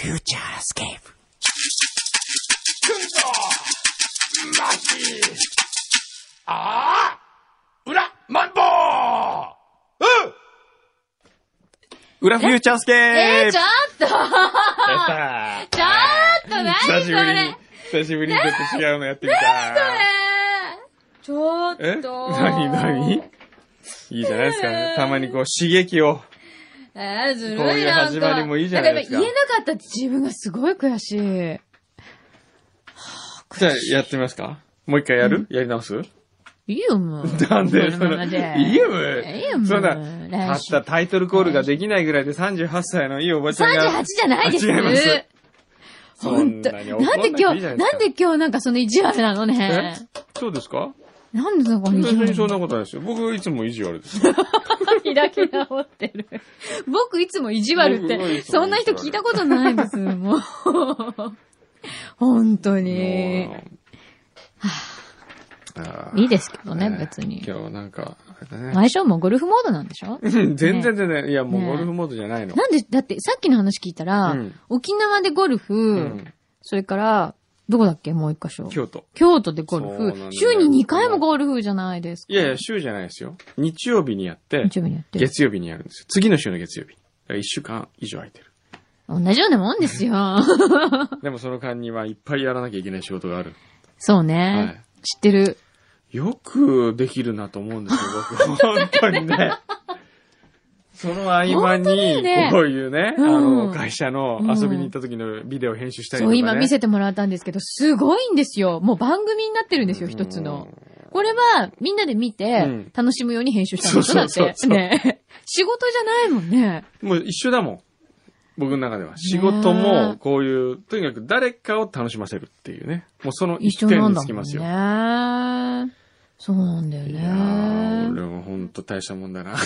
フューチャースケープ。 マジ裏マンボ裏フューチャースケープ。 ちょっとやったちょっと何それ久しぶりにちょっと違うのやってみた。 ちょっと何いいじゃないですか。たまにこう刺激を。 ずるいな。 こういう始まりもいいじゃないですか。 だから言えなかったって自分がすごい悔しい。 じゃあやってみますか。もう一回やる、やり直すいいよ、もう。 なんでそこのままでいいよ、 いいよ、もう。 そんな、たったタイトルコールができないぐらいで38歳のいいおばちゃんが。 38じゃないです。 違います。 ほんと。なんで今日なんかその意地悪なのね。 そうですか？ なんでそこに意地悪？ 別にそんなことないですよ。僕いつも意地悪ですよ。 開き直ってる。僕いつも意地悪って、そんな人聞いたことないです。もう。本当に。いいですけどね、別に。 今日なんか、 相性もゴルフモードなんでしょ？ 全然。いや、もうゴルフモードじゃないの。 なんで、だってさっきの話聞いたら、沖縄でゴルフ、それから、どこだっけもう一箇所。 京都。 京都でゴルフ。週に2回もゴルフじゃないですか。 いや、週じゃないですよ。日曜日にやって、月曜日にやるんですよ。次の週の月曜日。1週間以上空いてる。 同じようなもんですよ。 でもその間にはいっぱいやらなきゃいけない仕事がある。 そうね。知ってる。 よくできるなと思うんですよ、僕。本当にね。その合間に、こういうね、会社の遊びに行った時のビデオ編集したりとかね。 そう、今見せてもらったんですけど、すごいんですよ。もう番組になってるんですよ、一つの。これは、みんなで見て、楽しむように編集したんですよ、だって。ね。仕事じゃないもんね。 もう一緒だもん。僕の中では。仕事も、こういう、とにかく誰かを楽しませるっていうね。もうその一点につきますよ。 そうなんだよね。 いや俺もほんと大したもんだな。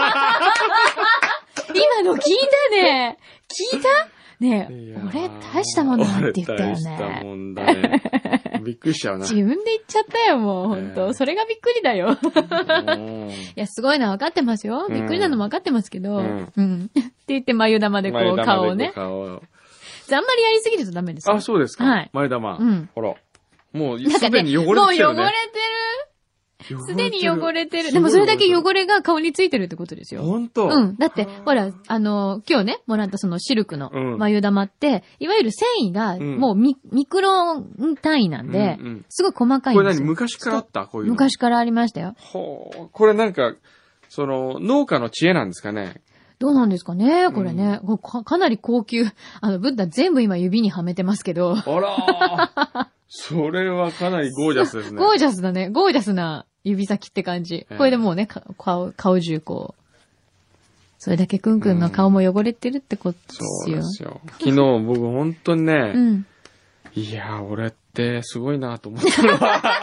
今の聞いたね。聞いたねえ、俺大したもんだなって言ったよね。 大したもんだね。びっくりしちゃうな。 自分で言っちゃったよ、もう、ほんと。それがびっくりだよ。いや、すごいのは分かってますよ。びっくりなのも分かってますけど。って言って眉玉でこう顔をね。あんまりやりすぎるとダメですよ。 あ、そうですか。はい。眉玉。ほら。もうすでに汚れてる。 もう汚れてる。すでに汚れてる。でもそれだけ汚れが顔についてるってことですよ。 ほんと？ だって、ほら、今日ね、もらったそのシルクの眉玉って、いわゆる繊維がもうミクロン単位なんで、すごい細かいんですよ。 これ何昔からあったこういうの。 昔からありましたよ。 ほう。これなんか、その、農家の知恵なんですかね。 どうなんですかねこれね。かなり高級。ブッダ全部今指にはめてますけど。 あらそれはかなりゴージャスですね。 ゴージャスだね。ゴージャスな指先って感じ。これでもうね、顔中こう。それだけくんくんの顔も汚れてるってことですよ。 そうですよ。昨日僕本当にね、いや、俺ってすごいなと思ったのは。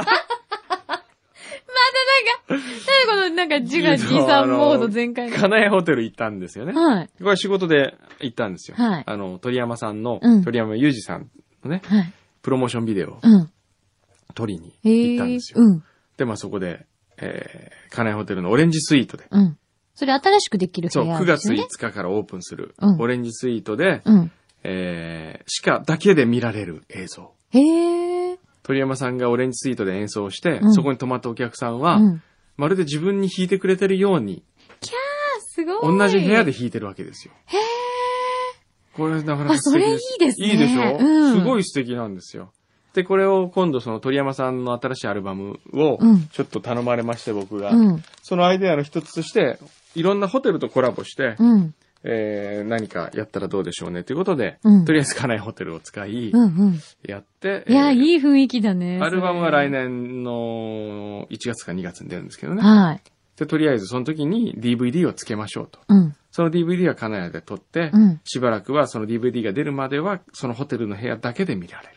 このなんか自画自賛モード全開金谷ホテル行ったんですよね。はい。これ仕事で行ったんですよ。はい。鳥山さんの、鳥山裕二さんのね、はい。プロモーションビデオを撮りに行ったんですよ。で、まあそこで、金谷ホテルのオレンジスイートで。 それ新しくできる部屋ですね。 そう、9月5日からオープンする、オレンジスイートで、しかだけで見られる映像。鳥山さんがオレンジスイートで演奏して、そこに泊まったお客さんは、まるで自分に弾いてくれてるように、 キャー、すごい。 同じ部屋で弾いてるわけですよ。これなかなか素敵です。 それいいですね。 いいでしょ？すごい素敵なんですよ。で、これを今度その鳥山さんの新しいアルバムを、ちょっと頼まれまして僕が、そのアイデアの一つとして、いろんなホテルとコラボして、何かやったらどうでしょうねということで、とりあえず金井ホテルを使い、やって、 いや、いい雰囲気だね。 アルバムは来年の1月か2月に出るんですけどね。はい。で、とりあえずその時に DVD をつけましょうと。その DVD は金谷で撮って、しばらくはその DVD が出るまでは、そのホテルの部屋だけで見られる。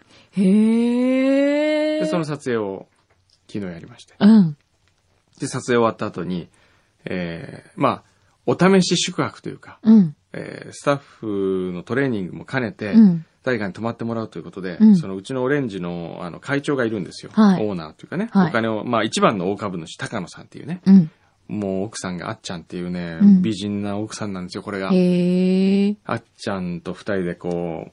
で、その撮影を昨日やりまして。で、撮影終わった後に、まあ、お試し宿泊というか、スタッフのトレーニングも兼ねて、誰かに泊まってもらうということで、そのうちのオレンジの会長がいるんですよ。オーナーというかね。お金を、まあ一番の大株主、高野さんっていうね。もう奥さんがあっちゃんっていうね、美人な奥さんなんですよ、これが。あっちゃんと二人でこう、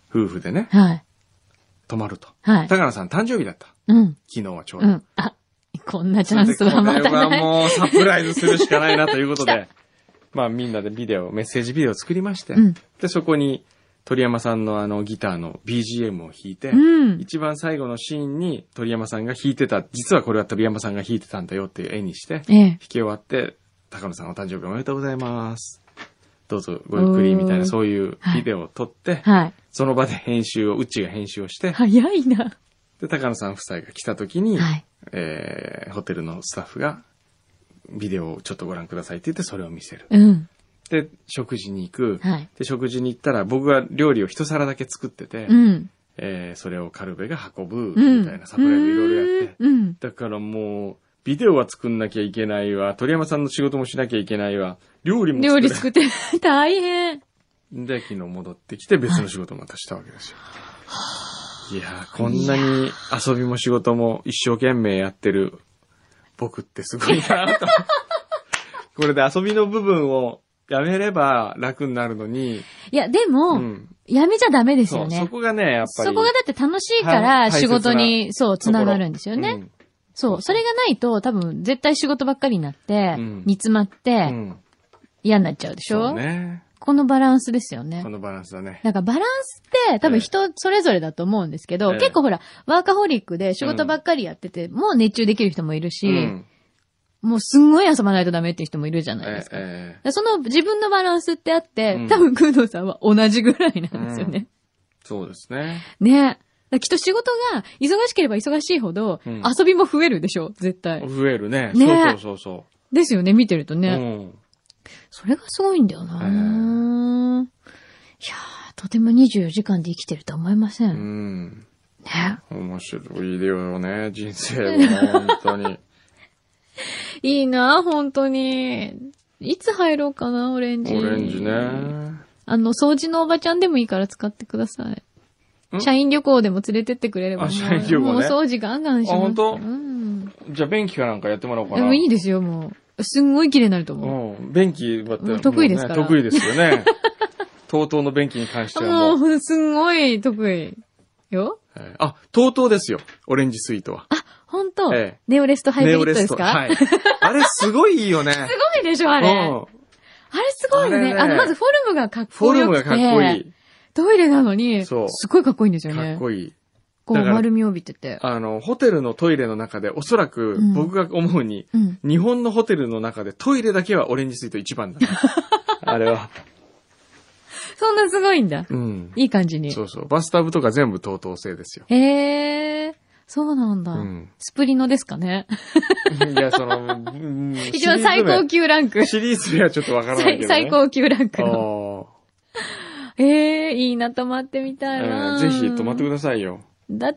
夫婦でね、 はい。 泊まると。 はい。 高野さん誕生日だった。 うん。 昨日はちょうど。 うん。あ、こんなチャンスはまたない。 これはもうサプライズするしかないなということで、まあみんなでメッセージビデオを作りまして、うん、で、そこに鳥山さんのギターの BGM を弾いて、うん、一番最後のシーンに鳥山さんが弾いてた、実はこれは鳥山さんが弾いてたんだよっていう絵にして、弾き終わって、高野さんお誕生日おめでとうございます。どうぞごゆっくりみたいなそういうビデオを撮って、はい、その場でうちが編集をして、 早いな。 で、高野さん夫妻が来た時に、はい、ホテルのスタッフが、ビデオをちょっとご覧くださいって言ってそれを見せる。うん、で、食事に行く、はい。で、食事に行ったら僕が料理を一皿だけ作ってて、うん、それをカルベが運ぶ、みたいなサプライズいろいろやって、うん、だからもう、ビデオは作んなきゃいけないわ、鳥山さんの仕事もしなきゃいけないわ、料理作って大変。 で、昨日戻ってきて別の仕事をまたしたわけですよ。はい、いやー、こんなに遊びも仕事も一生懸命やってる僕ってすごいなと。これで遊びの部分をやめれば楽になるのに。 いや、でも、うん、やめちゃダメですよね。 そこがね、やっぱり。 そこがだって楽しいから仕事に、そう、つながるんですよね。うん、そう、それがないと多分絶対仕事ばっかりになって、うん、煮詰まって、うん、嫌になっちゃうでしょ。そうね。このバランスですよね。 このバランスだね。 なんかバランスって多分人それぞれだと思うんですけど、結構ほら、ワーカホリックで仕事ばっかりやってて、もう熱中できる人もいるし、もうすんごい遊ばないとダメっていう人もいるじゃないですか。その自分のバランスってあって、多分工藤さんは同じぐらいなんですよね。 そうですね。 ね。きっと仕事が忙しければ忙しいほど、遊びも増えるでしょ、絶対。 増えるね。ね。そう。 ですよね、見てるとね。それがすごいんだよな。いやー、とても24時間で生きてるとは思いません。ね。 面白いよね、人生は、本当に。 いいな、本当に。いつ入ろうかな、オレンジ。 オレンジね。 掃除のおばちゃんでもいいから使ってください。社員旅行でも連れてってくれれば。 社員旅行ね。 もう掃除ガンガンします。 本当？じゃあ便器かなんかやってもらおうかな。 でもいいですよ、もう。すんごい綺麗になると思う。 便器だったら、 得意ですから。 得意ですよね。TOTO の便器に関してはもうすんごい得意よ。 TOTO ですよ。オレンジスイートは。 本当？ネオレストハイブリッドですか？ はい。あれすごいいいよね。すごいでしょ、あれ。あれすごいよね。まずフォルムがかっこよくて。フォルムがかっこいい。トイレなのに、すごいかっこいいんですよね。 かっこいい。 こう丸みを帯びてて。 ホテルのトイレの中でおそらく僕が思うに、日本のホテルの中でトイレだけはオレンジスイート一番だ。あれは。 そんなすごいんだ。いい感じに。 そう。バスタブとか全部TOTO製ですよ。 へー。そうなんだ。スプリノですかね。 いや、 一番最高級ランク。 シリーズではちょっとわからないけどね。 最高級ランクの。いいな、泊まってみたいな。 ぜひ泊まってくださいよ。 だって、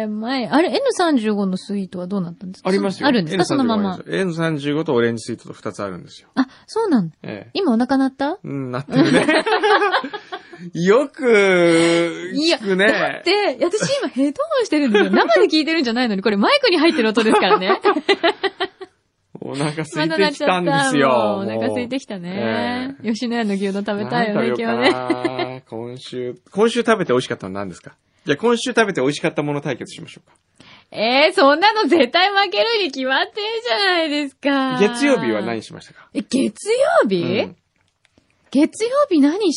あれ N35 のスイートはどうなったんですか？ ありますよ。 あるんですか？そのまま。 N35 とオレンジスイートと2つあるんですよ。 そうなんだ。今お腹鳴った？ 鳴ってるね。よく、聞くね。 だって、私今ヘッドホンしてるんですよ。生で聞いてるんじゃないのに、これマイクに入ってる音ですからね。 お腹空いてきたんですよ。 お腹空いてきたね。吉野家の牛丼食べたいよね、今日ね。 今週食べて美味しかったの何ですか？じゃあ今週食べて美味しかったもの対決しましょうか。 そんなの絶対負けるに決まってるじゃないですか。 月曜日は何しましたか？ 月曜日？月曜日何した？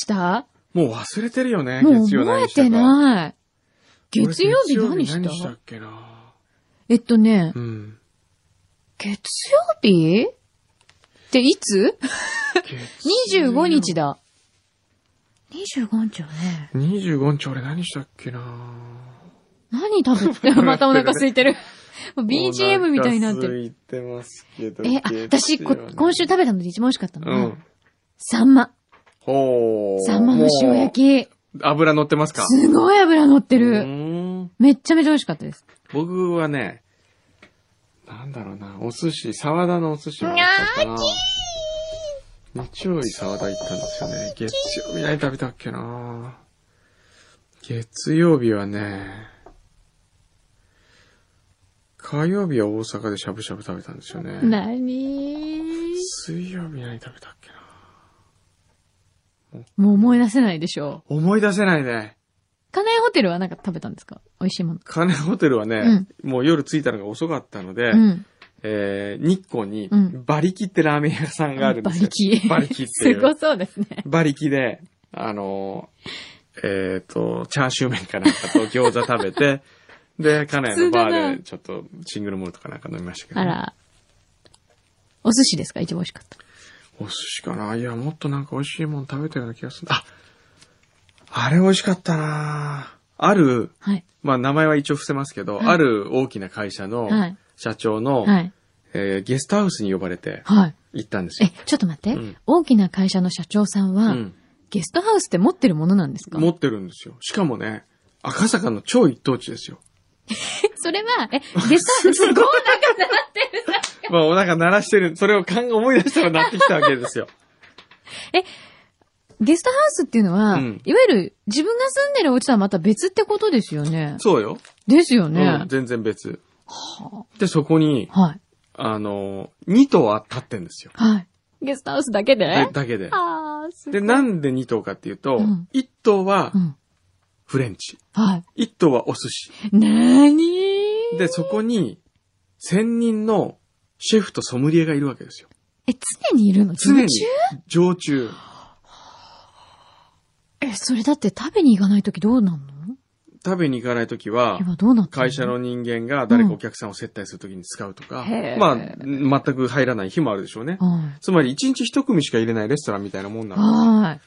もう忘れてるよね、 月曜何したか。もう覚えてない。月曜日何した？ 何したっけな。 月曜日っていつ？ 25 日だ。25日はね。 25日俺何したっけな。 何食べてまたお腹空いてる。BGM みたいになってる。 空いてますけど。 私、今週食べたので一番美味しかったのは、サンマ。サンマの塩焼き。 油乗ってますか？ すごい油乗ってる。めっちゃめちゃ美味しかったです。 僕はね、なんだろうな、お寿司、沢田のお寿司も美味しかったな。日曜日沢田行ったんですよね。月曜日何食べたっけな。月曜日はね、火曜日は大阪でしゃぶしゃぶ食べたんですよね。水曜日何食べたっけな。 もう思い出せないでしょ。 思い出せないね。 カネホテルはなんか食べたんですか？美味しいもの。 カネホテルはね、もう夜着いたのが遅かったので、日光に、馬力ってラーメン屋さんがあるんですよ。馬力っていう。 すごそうですね。 馬力で、チャーシュー麺かなんかと餃子食べて、で、金谷のバーでちょっとシングルモルトかなんか飲みましたけど、ね。 あら。お寿司ですか？一番美味しかった。 お寿司かな？いや、もっとなんか美味しいもの食べたような気がする。あれ美味しかったな。ある、はい、まあ名前は一応伏せますけど、はい、ある大きな会社の社長の、はいゲストハウスに呼ばれて行ったんですよ。 ちょっと待って、大きな会社の社長さんは、ゲストハウスって持ってるものなんですか？ 持ってるんですよ。しかもね、赤坂の超一等地ですよ。 それは、ゲストハウス、すごいお腹鳴ってる。 まあお腹鳴らしてる。それを思い出したら鳴ってきたわけですよ。 ゲストハウスっていうのは、いわゆる自分が住んでるお家とはまた別ってことですよね。 そうよ。 ですよね。 全然別。で、そこに、2棟は立ってんですよ。 はい。ゲストハウスだけで？ だけで。で、なんで2棟かっていうと、1棟はフレンチ。はい。1棟はお寿司。 なーにー？ で、そこに専任のシェフとソムリエがいるわけですよ。 常にいるの？ 常に。常駐。 それだって食べに行かないときどうなんの？ 食べに行かないときは、会社の人間が誰かお客さんを接待するときに使うとか、まあ、全く入らない日もあるでしょうね。つまり、1日1組しか入れないレストランみたいなもんなんです。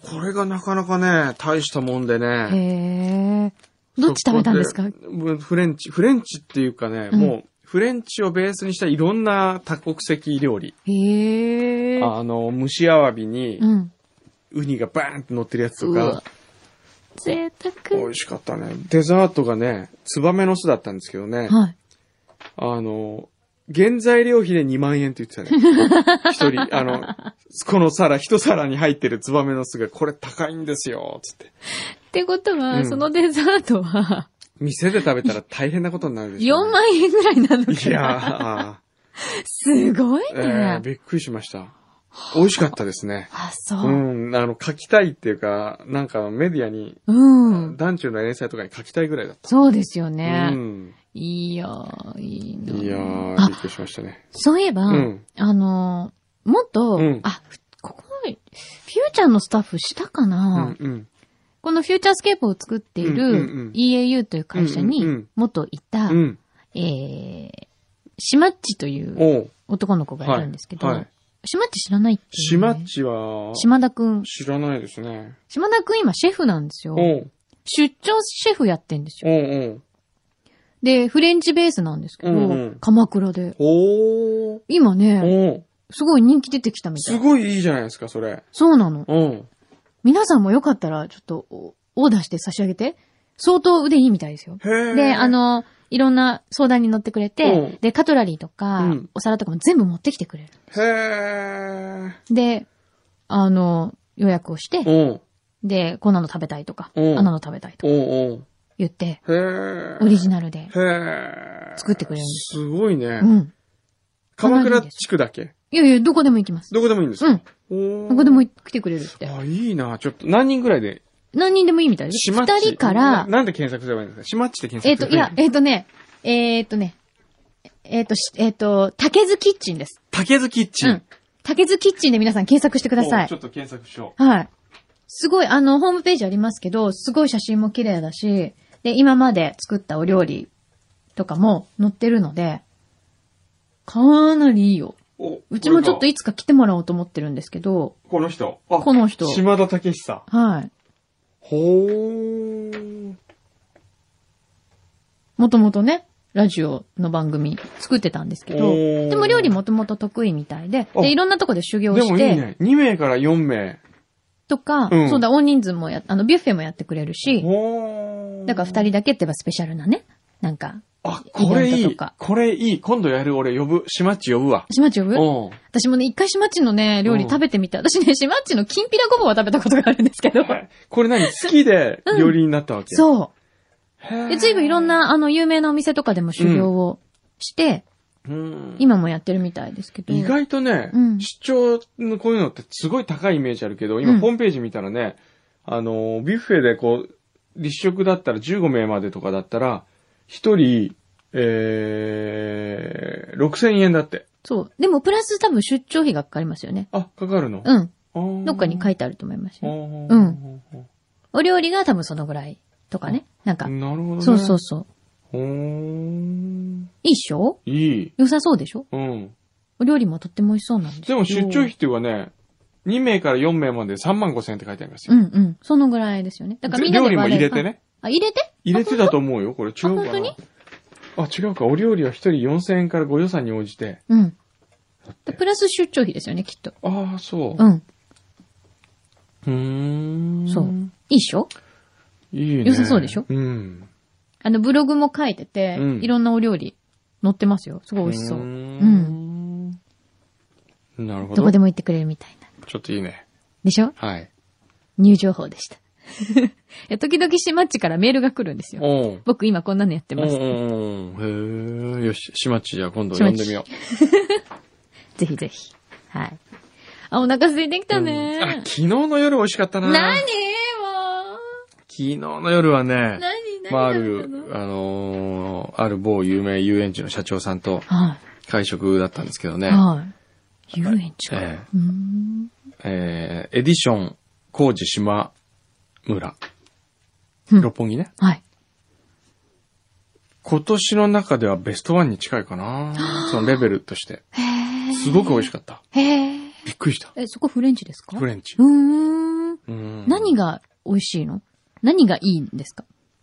で、これがなかなかね、大したもんでね。 どっち食べたんですか？ フレンチっていうかね、もう、フレンチをベースにしたいろんな多国籍料理。蒸しアワビに、ウニがバーンって乗ってるやつとか、 贅沢。 美味しかったね。デザートがね、ツバメの巣だったんですけどね。はい。原材料費で2万円って言ってたね。一人、この一皿に入ってるツバメの巣がこれ高いんですよ、つって。 ってことは、そのデザートは、 店で食べたら大変なことになるでしょ、 4万円ぐらいなのかな。 いやすごいね。 びっくりしました。美味しかったですね。 そう。 書きたいっていうか、なんかメディアに、団中の連載とかに書きたいぐらいだった。 そうですよね。いやー、いいな。 いやー、びっくりしましたね。 そういえば、もっと、ここ、フューチャーのスタッフしたかな、このフューチャースケープを作っている EAU という会社に元いた、シマッチという男の子がいるんですけど、シマッチ知らないっていう、ね。 シマッチは、 島田くん。 知らないですね。 島田くん今シェフなんですよ。出張シェフやってんですよ。で、フレンチベースなんですけど、鎌倉で。今ね、すごい人気出てきたみたい。 すごいいいじゃないですか、それ。 そうなの。皆さんもよかったら、ちょっと、オーダーして差し上げて。相当腕いいみたいですよ。で、いろんな相談に乗ってくれて、で、カトラリーとか、お皿とかも全部持ってきてくれる。で、予約をして、で、こんなの食べたいとか、あんなの食べたいとか、言って、オリジナルで、作ってくれるんです。 すごいね。鎌倉地区だけ？ いや、どこでも行きます。 どこでもいいんですか？ どこでも来てくれるって。 いいな。ちょっと、何人ぐらいで？ 何人でもいいみたいです。2人から。 なんで検索すればいいんですか？シマッチで検索すればいい竹津キッチンです。 竹津キッチン。 竹津キッチンで皆さん検索してください。 ちょっと検索しよう。 はい。すごい、ホームページありますけど、すごい写真も綺麗だし、で、今まで作ったお料理とかも載ってるので、かなりいいよ。うちもちょっといつか来てもらおうと思ってるんですけど。 この人。 この人。 島田武久。 はい。もともとね、ラジオの番組作ってたんですけど、でも料理もともと得意みたいで、いろんなとこで修行して。でもいいね。2名から4名。 とか、そうだ、大人数もビュッフェもやってくれるし、だから2人だけって言えばスペシャルなね、なんか、 これいい。これいい。今度やる俺シマッチ呼ぶわ。 シマッチ呼ぶ？私もね、一回シマッチのね、料理食べてみた。私ね、シマッチのきんぴらごぼうは食べたことがあるんですけど。 これ何？好きで料理になったわけ？ そう。で、ずいぶんいろんな、有名なお店とかでも修行をして、今もやってるみたいですけど。 意外とね、出張のこういうのってすごい高いイメージあるけど、今ホームページ見たらね、ビュッフェでこう、 立食だったら15名までとかだったら、1人、6000円だって。 そう。でもプラス多分出張費がかかりますよね。 あ、かかるの？ うん。どっかに書いてあると思いますよ。うん。お料理が多分そのぐらいとかね。なんか。 なるほどね。 そうそうそう。いいっしょ？ いい。 良さそうでしょ？ うん。 お料理もとっても美味しそうなんです。 でも出張費っていうのはね、2名から4名まで35,000円って書いてありますよ。 うんうん。そのぐらいですよね。だからみんなで料理も入れてね。 あ、入れて？ 入れてだと思うよ。これ違うかな。 本当に？ あ、違うか。お料理は1人4,000円からご予算に応じて。 うん。プラス出張費ですよね、きっと。 ああ、そう。 うん。 そう。 いいっしょ？ いいね。 良さそうでしょ？ うん。 ブログも書いてて、いろんなお料理載ってますよ。すごい美味しそう。うん。 なるほど。 どこでも行ってくれるみたいな。 ちょっといいね。 でしょ？ はい。 ニュー情報でした。時々シマッチからメールが来るんですよ。僕今こんなのやってます。へえ。よし、シマッチじゃあ今度読んでみよう。ぜひぜひ。はい。あ、お腹空いてきたね。 昨日の夜美味しかったな。 何もう。 昨日の夜はね、 何ある某有名遊園地の社長さんと会食だったんですけどね。 はい。遊園地か。 エディション工事島村。六本木ね。 はい。 今年の中ではベストワンに近いかな。そのレベルとして。すごく美味しかった。びっくりした。 そこフレンチですか？ フレンチ。 何が美味しいの？何がいいんですか？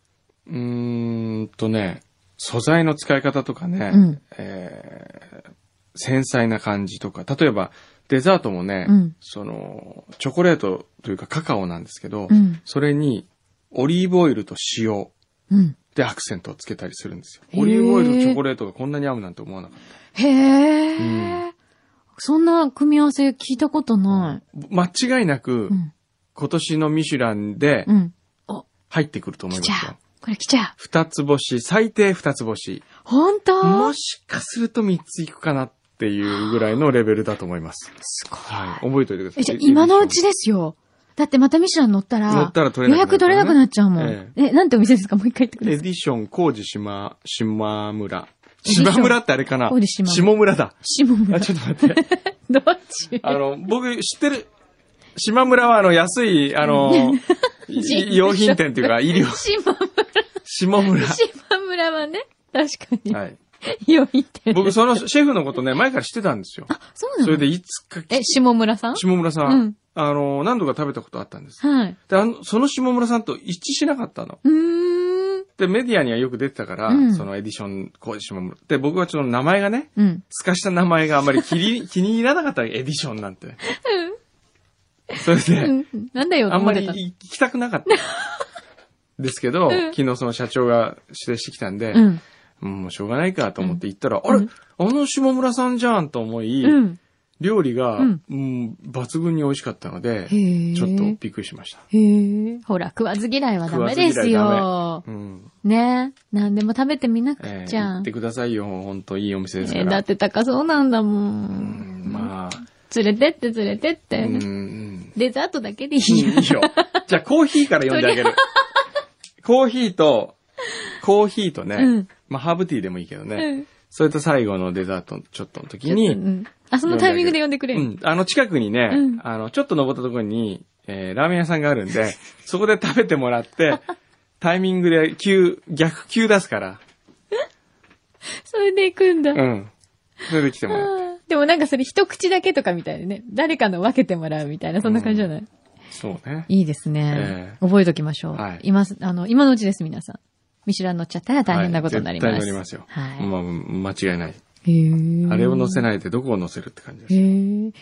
素材の使い方とかね、繊細な感じとか、例えばデザートもね、チョコレートというかカカオなんですけど、それにオリーブオイルと塩でアクセントをつけたりするんですよ。オリーブオイルとチョコレートがこんなに合うなんて思わなかった。 へー。そんな組み合わせ聞いたことない。 間違いなく、今年のミシュランで入ってくると思いますよ。 これ来ちゃう。 二つ星、最低二つ星。 本当？ もしかすると三ついくかなっていうぐらいのレベルだと思います。 すごい。 はい。覚えておいてください。 じゃあ今のうちですよ。だってまたミシュラン乗ったら予約取れなくなっちゃうもん。なんてお店ですか？もう一回言ってください。 エディション工事島村。島村ってあれかな？下村だ。 下村。 ちょっと待って。 どっち？ 僕知ってる。島村は安い、用品店っていうか、医療。下村。 島村はね、確かに。 はい。 用品店。 僕そのシェフのことね、前から知ってたんですよ。 あ、そうなの？ それでいつか。 下村さん？ 下村さん。何度か食べたことあったんです。 はい。 で、その下村さんと一致しなかったの。で、メディアにはよく出てたから、そのエディション工事下村。で、僕はちょっと名前がね、透かした名前があんまり気に入らなかったエディションなんて。それで、 なんだよ、 あんまり行きたくなかった。ですけど、昨日その社長が指定してきたんで、もうしょうがないかと思って行ったら、あれ下村さんじゃんと思い、料理が、抜群に美味しかったので、ちょっとびっくりしました。 ほら、食わず嫌いはダメですよ。ね。何でも食べてみなくちゃ。 行ってくださいよ。ほんといいお店ですから。 だって高そうなんだもん。 まあ。 連れてって。デザートだけでいいよ。 いいよ。じゃあコーヒーから呼んであげる。コーヒーとね、まあハーブティーでもいいけどね。それと最後のデザートちょっとの時に。 そのタイミングで呼んでくれる。 近くにね、ちょっと登ったところに、ラーメン屋さんがあるんで、そこで食べてもらって、タイミングで逆急出すから。 それで行くんだ。 それで来てもらって。 でもなんかそれ一口だけとかみたいでね。誰かの分けてもらうみたいな、そんな感じじゃない？ そうね。 いいですね。覚えときましょう。今のうちです、皆さん。ミシュラン乗っちゃったら大変なことになります。 絶対乗りますよ。 はい。 間違いない。あれを乗せないでどこを乗せるって感じです。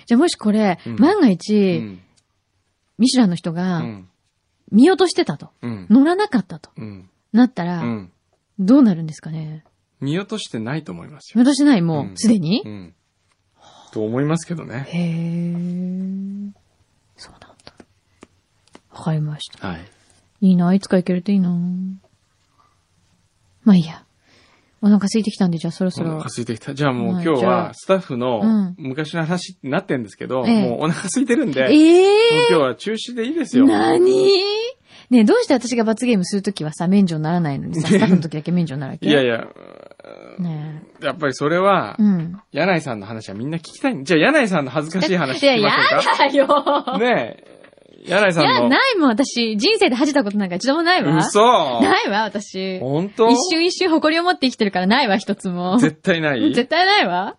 じゃあもしこれ、万が一、ミシュランの人が、見落としてたと。乗らなかったと。なったら、どうなるんですかね。 見落としてないと思いますよ。 見落としてないもう、すでにと思いますけどね。 そうなんだ。わかりました。 はい。 いいな、いつか行けるといいな。まあいいや。お腹空いてきたんで、じゃあそろそろ。 お腹空いてきた。じゃあもう今日はスタッフの昔の話になってんですけど、もうお腹空いてるんで、もう今日は中止でいいですよ。 何？ ねえ、どうして私が罰ゲームするときはさ、免除にならないのにさ、スタッフの時だけ免除になるわけ？ いやいや、 ねやっぱりそれは、柳井さんの話はみんな聞きたい。じゃあ柳井さんの恥ずかしい話聞きましょうか。 いや、やだよ。 ねえ、柳井さんの。 いや、ないもん、私。人生で恥じたことなんか一度もないわ。 嘘。 ないわ、私。 本当？ 一瞬一瞬誇りを持って生きてるからないわ、一つも。 絶対ない？ 絶対ないわ。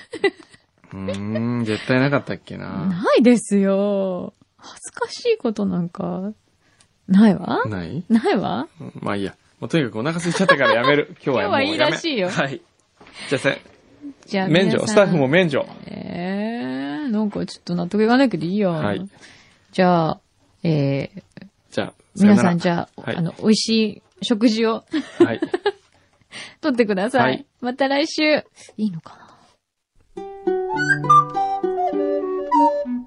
絶対なかったっけな。 ないですよ。恥ずかしいことなんか、ないわ。 ないわ。 まあいいや。もうとにかくお腹空いちゃったからやめる。今日はもう今日はいいらしいよ。 はい。じゃあ免除。スタッフも免除。 なんかちょっと納得いかないけどいいよ。 はい。 じゃあ、 じゃあ、 皆さんじゃあ、美味しい食事を。 はい。 とってください。はい、また来週。いいのかな？